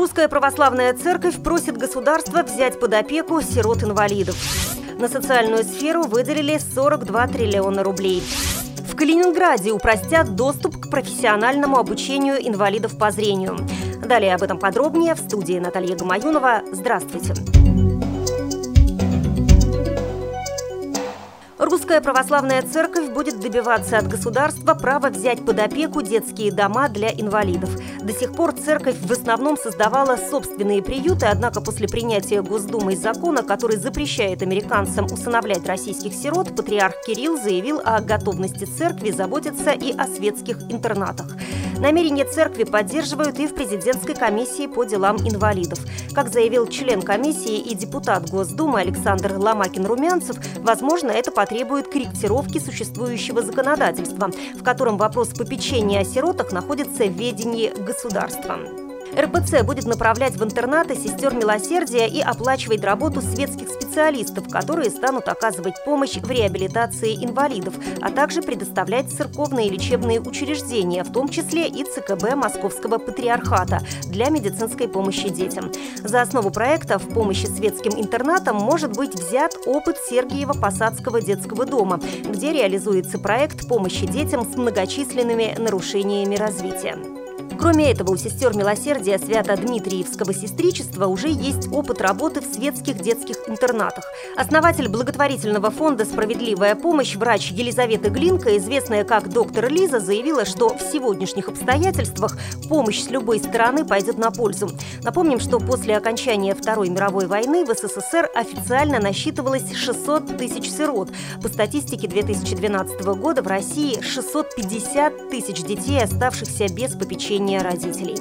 Русская православная церковь просит государства взять под опеку сирот-инвалидов. На социальную сферу выделили 42 триллиона рублей. В Калининграде упростят доступ к профессиональному обучению инвалидов по зрению. Далее об этом подробнее в студии Наталья Гамаюнова. Здравствуйте. Русская православная церковь будет добиваться от государства права взять под опеку детские дома для инвалидов. До сих пор церковь в основном создавала собственные приюты, однако после принятия Госдумой закона, который запрещает американцам усыновлять российских сирот, патриарх Кирилл заявил о готовности церкви заботиться и о светских интернатах. Намерение церкви поддерживают и в президентской комиссии по делам инвалидов. Как заявил член комиссии и депутат Госдумы Александр Ломакин-Румянцев, возможно, это потребует корректировки существующего законодательства, в котором вопрос попечения о сиротах находится в ведении государства. РПЦ будет направлять в интернаты сестер милосердия и оплачивать работу светских специалистов, которые станут оказывать помощь в реабилитации инвалидов, а также предоставлять церковные лечебные учреждения, в том числе и ЦКБ Московского патриархата, для медицинской помощи детям. За основу проекта в помощи светским интернатам может быть взят опыт Сергиево-Посадского детского дома, где реализуется проект помощи детям с многочисленными нарушениями развития. Кроме этого, у сестер милосердия Свято-Дмитриевского сестричества уже есть опыт работы в светских детских интернатах. Основатель благотворительного фонда «Справедливая помощь» врач Елизавета Глинка, известная как доктор Лиза, заявила, что в сегодняшних обстоятельствах помощь с любой стороны пойдет на пользу. Напомним, что после окончания Второй мировой войны в СССР официально насчитывалось 600 тысяч сирот. По статистике 2012 года в России 650 тысяч детей, оставшихся без попечения родителей.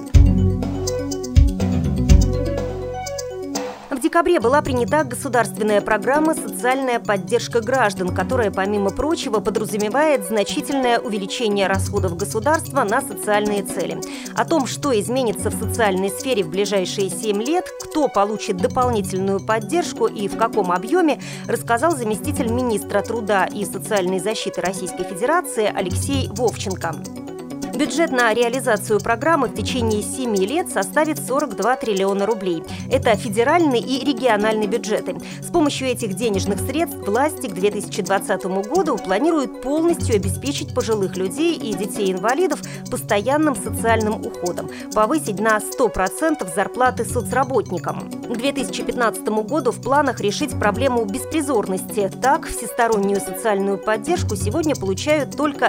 В декабре была принята государственная программа «Социальная поддержка граждан», которая, помимо прочего, подразумевает значительное увеличение расходов государства на социальные цели. О том, что изменится в социальной сфере в ближайшие 7 лет, кто получит дополнительную поддержку и в каком объеме, рассказал заместитель министра труда и социальной защиты Российской Федерации Алексей Вовченко. Бюджет на реализацию программы в течение 7 лет составит 42 триллиона рублей. Это федеральный и региональный бюджеты. С помощью этих денежных средств власти к 2020 году планируют полностью обеспечить пожилых людей и детей-инвалидов постоянным социальным уходом, повысить на 100% зарплаты соцработникам. К 2015 году в планах решить проблему беспризорности. Так, всестороннюю социальную поддержку сегодня получают только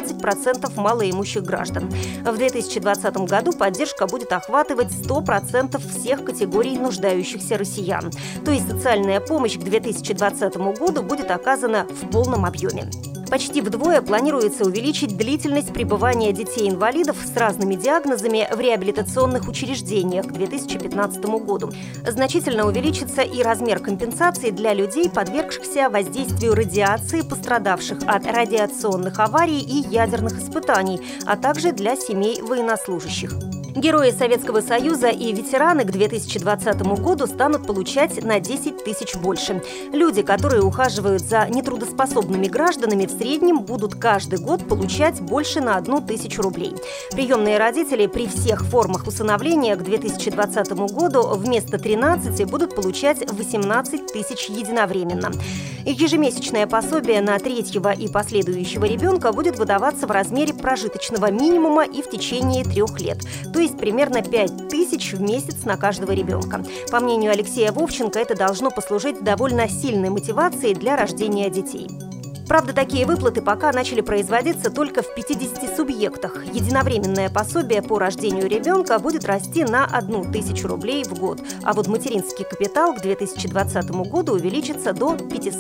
20% малоимущих граждан. В 2020 году поддержка будет охватывать 100% всех категорий нуждающихся россиян. То есть социальная помощь к 2020 году будет оказана в полном объеме. Почти вдвое планируется увеличить длительность пребывания детей-инвалидов с разными диагнозами в реабилитационных учреждениях к 2015 году. Значительно увеличится и размер компенсации для людей, подвергшихся воздействию радиации, пострадавших от радиационных аварий и ядерных испытаний, а также для семей военнослужащих. Герои Советского Союза и ветераны к 2020 году станут получать на 10 тысяч больше. Люди, которые ухаживают за нетрудоспособными гражданами, в среднем будут каждый год получать больше на 1 тысячу рублей. Приемные родители при всех формах усыновления к 2020 году вместо 13 будут получать 18 тысяч единовременно. Ежемесячное пособие на третьего и последующего ребенка будет выдаваться в размере прожиточного минимума и в течение 3 лет. То есть примерно 5 тысяч в месяц на каждого ребенка. По мнению Алексея Вовченко, это должно послужить довольно сильной мотивацией для рождения детей. Правда, такие выплаты пока начали производиться только в 50 субъектах. Единовременное пособие по рождению ребенка будет расти на 1 тысячу рублей в год. А вот материнский капитал к 2020 году увеличится до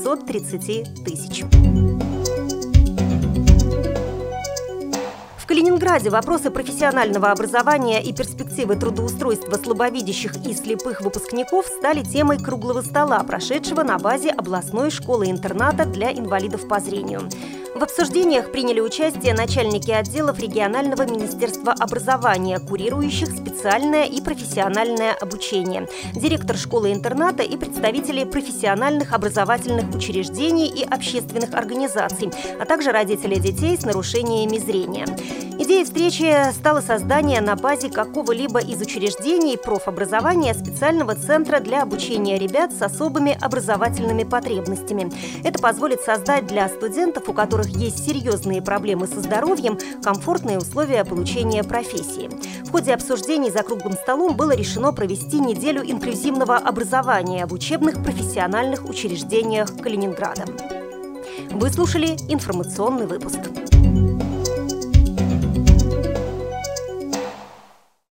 530 тысяч. В Калининграде вопросы профессионального образования и перспективы трудоустройства слабовидящих и слепых выпускников стали темой круглого стола, прошедшего на базе областной школы-интерната для инвалидов по зрению. В обсуждениях приняли участие начальники отделов регионального министерства образования, курирующих специальное и профессиональное обучение, директор школы-интерната и представители профессиональных образовательных учреждений и общественных организаций, а также родители детей с нарушениями зрения. Идеей встречи стало создание на базе какого-либо из учреждений профобразования специального центра для обучения ребят с особыми образовательными потребностями. Это позволит создать для студентов, у которых есть серьезные проблемы со здоровьем, комфортные условия получения профессии. В ходе обсуждений за круглым столом было решено провести неделю инклюзивного образования в учебных профессиональных учреждениях Калининграда. Вы слушали информационный выпуск.